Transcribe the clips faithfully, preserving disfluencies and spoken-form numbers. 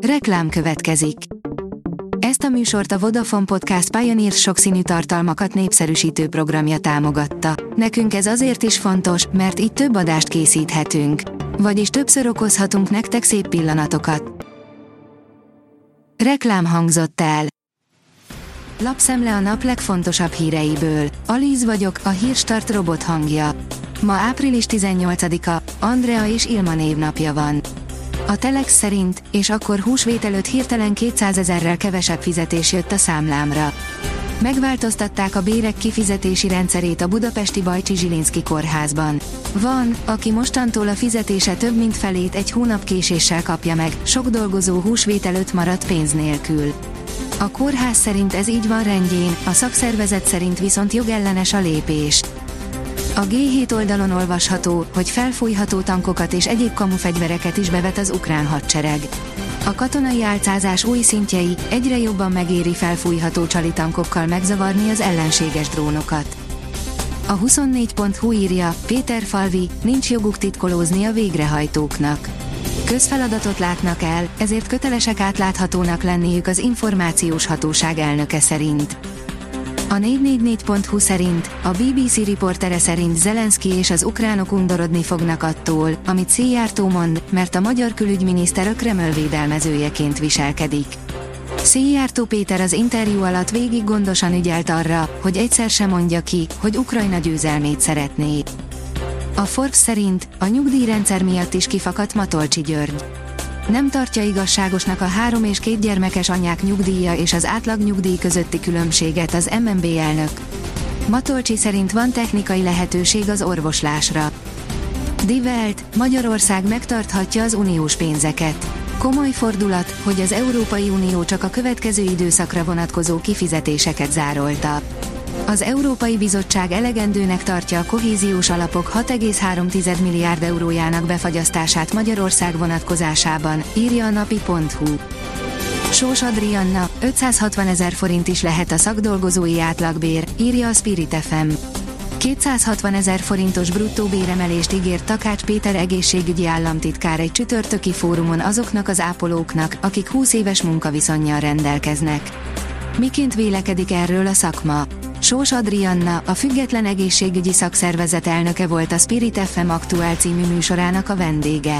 Reklám következik. Ezt a műsort a Vodafone Podcast Pioneer sokszínű tartalmakat népszerűsítő programja támogatta. Nekünk ez azért is fontos, mert így több adást készíthetünk. Vagyis többször okozhatunk nektek szép pillanatokat. Reklám hangzott el. Lapszemle a nap legfontosabb híreiből. Alíz vagyok, a Hírstart robot hangja. Ma április tizennyolcadika, Andrea és Ilma névnapja van. A Telex szerint, és akkor húsvét előtt hirtelen kétszázezerrel kevesebb fizetés jött a számlámra. Megváltoztatták a bérek kifizetési rendszerét a budapesti Bajcsi Zsilinszky kórházban. Van, aki mostantól a fizetése több mint felét egy hónap késéssel kapja meg, sok dolgozó húsvét előtt maradt pénz nélkül. A kórház szerint ez így van rendjén, a szakszervezet szerint viszont jogellenes a lépés. A gé hét oldalon olvasható, hogy felfújható tankokat és egyéb kamufegyvereket is bevet az ukrán hadsereg. A katonai álcázás új szintjei, egyre jobban megéri felfújható csalitankokkal megzavarni az ellenséges drónokat. A huszonnégy pont hu írja, Péter Falvi, nincs joguk titkolózni a végrehajtóknak. Közfeladatot látnak el, ezért kötelesek átláthatónak lenniük az információs hatóság elnöke szerint. A négy négy négy pont hu szerint, a bé bé cé riportere szerint Zelenszky és az ukránok undorodni fognak attól, amit Szijjártó mond, mert a magyar külügyminiszter a Kreml védelmezőjeként viselkedik. Szijjártó Péter az interjú alatt végig gondosan ügyelt arra, hogy egyszer sem mondja ki, hogy Ukrajna győzelmét szeretné. A Forbes szerint a nyugdíjrendszer miatt is kifakadt Matolcsy György. Nem tartja igazságosnak a három és két gyermekes anyák nyugdíja és az átlag nyugdíj közötti különbséget az em en bé elnök. Matolcsy szerint van technikai lehetőség az orvoslásra. Die Welt, Magyarország megtarthatja az uniós pénzeket. Komoly fordulat, hogy az Európai Unió csak a következő időszakra vonatkozó kifizetéseket zárolta. Az Európai Bizottság elegendőnek tartja a kohéziós alapok hat egész három milliárd eurójának befagyasztását Magyarország vonatkozásában, írja a napi pont hu. Sós Adrianna, ötszázhatvanezer forint is lehet a szakdolgozói átlagbér, írja a Spirit ef em. kétszázhatvanezer forintos bruttó béremelést ígért Takács Péter egészségügyi államtitkár egy csütörtöki fórumon azoknak az ápolóknak, akik húsz éves munkaviszonnyal rendelkeznek. Miként vélekedik erről a szakma? Sós Adrianna, a Független Egészségügyi Szakszervezet elnöke volt a Spirit ef em Aktuál című műsorának a vendége.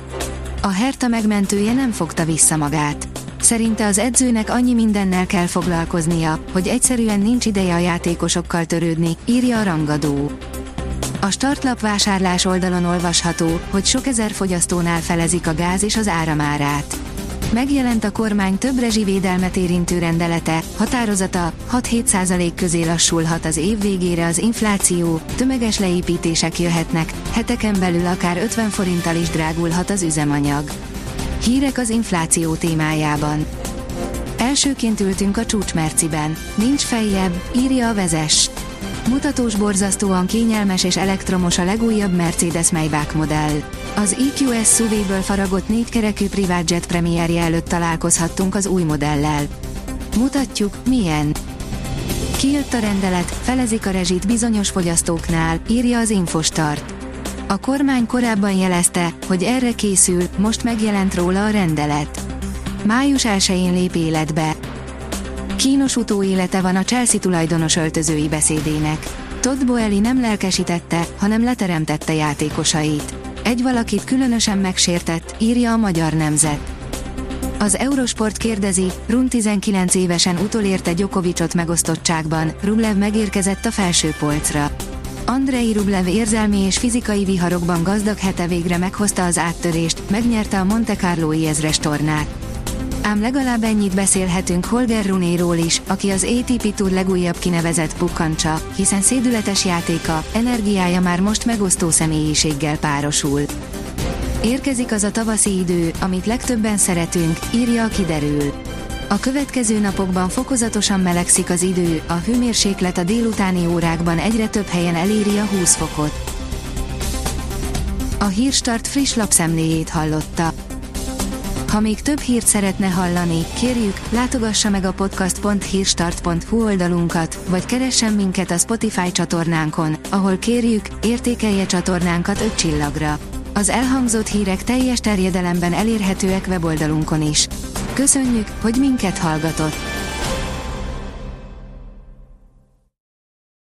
A Hertha megmentője nem fogta vissza magát. Szerinte az edzőnek annyi mindennel kell foglalkoznia, hogy egyszerűen nincs ideje a játékosokkal törődni, írja a Rangadó. A startlap vásárlás oldalon olvasható, hogy sok ezer fogyasztónál felezik a gáz és az áramárát. Megjelent a kormány több rezsivédelmet érintő rendelete, határozata, hat-hét százalék közé lassulhat az év végére az infláció, tömeges leépítések jöhetnek, heteken belül akár ötven forinttal is drágulhat az üzemanyag. Hírek az infláció témájában. Elsőként ültünk a csúcsmerciben. Nincs feljebb, írja a Vezess. Mutatós borzasztóan kényelmes és elektromos a legújabb Mercedes Maybach modell. Az é kú es es u véből faragott négykerekű privátjet premierje előtt találkozhattunk az új modellel. Mutatjuk, milyen. Kijött a rendelet, felezik a rezsit bizonyos fogyasztóknál, írja az Infostart. A kormány korábban jelezte, hogy erre készül, most megjelent róla a rendelet. május elsején lép életbe. Kínos utóélete van a Chelsea tulajdonos öltözői beszédének. Todd Boehly nem lelkesítette, hanem leteremtette játékosait. Egy valakit különösen megsértett, írja a Magyar Nemzet. Az Eurosport kérdezi, Rune tizenkilenc évesen utolérte Djokovicot megosztottságban, Rublev megérkezett a felsőpolcra. Andrei Rublev érzelmi és fizikai viharokban gazdag hete végre meghozta az áttörést, megnyerte a Monte Carlói ezres tornát. Ám legalább ennyit beszélhetünk Holger Runéról is, aki az á té pé Tour legújabb kinevezett pukkancsa, hiszen szédületes játéka, energiája már most megosztó személyiséggel párosul. Érkezik az a tavaszi idő, amit legtöbben szeretünk, írja a Kiderül. A következő napokban fokozatosan melegszik az idő, a hőmérséklet a délutáni órákban egyre több helyen eléri a húsz fokot. A Hírstart friss lapszemléjét hallotta. Ha még több hírt szeretne hallani, kérjük, látogassa meg a podcast pont hírstart pont hu oldalunkat, vagy keressen minket a Spotify csatornánkon, ahol kérjük, értékelje csatornánkat öt csillagra. Az elhangzott hírek teljes terjedelemben elérhetőek weboldalunkon is. Köszönjük, hogy minket hallgatott!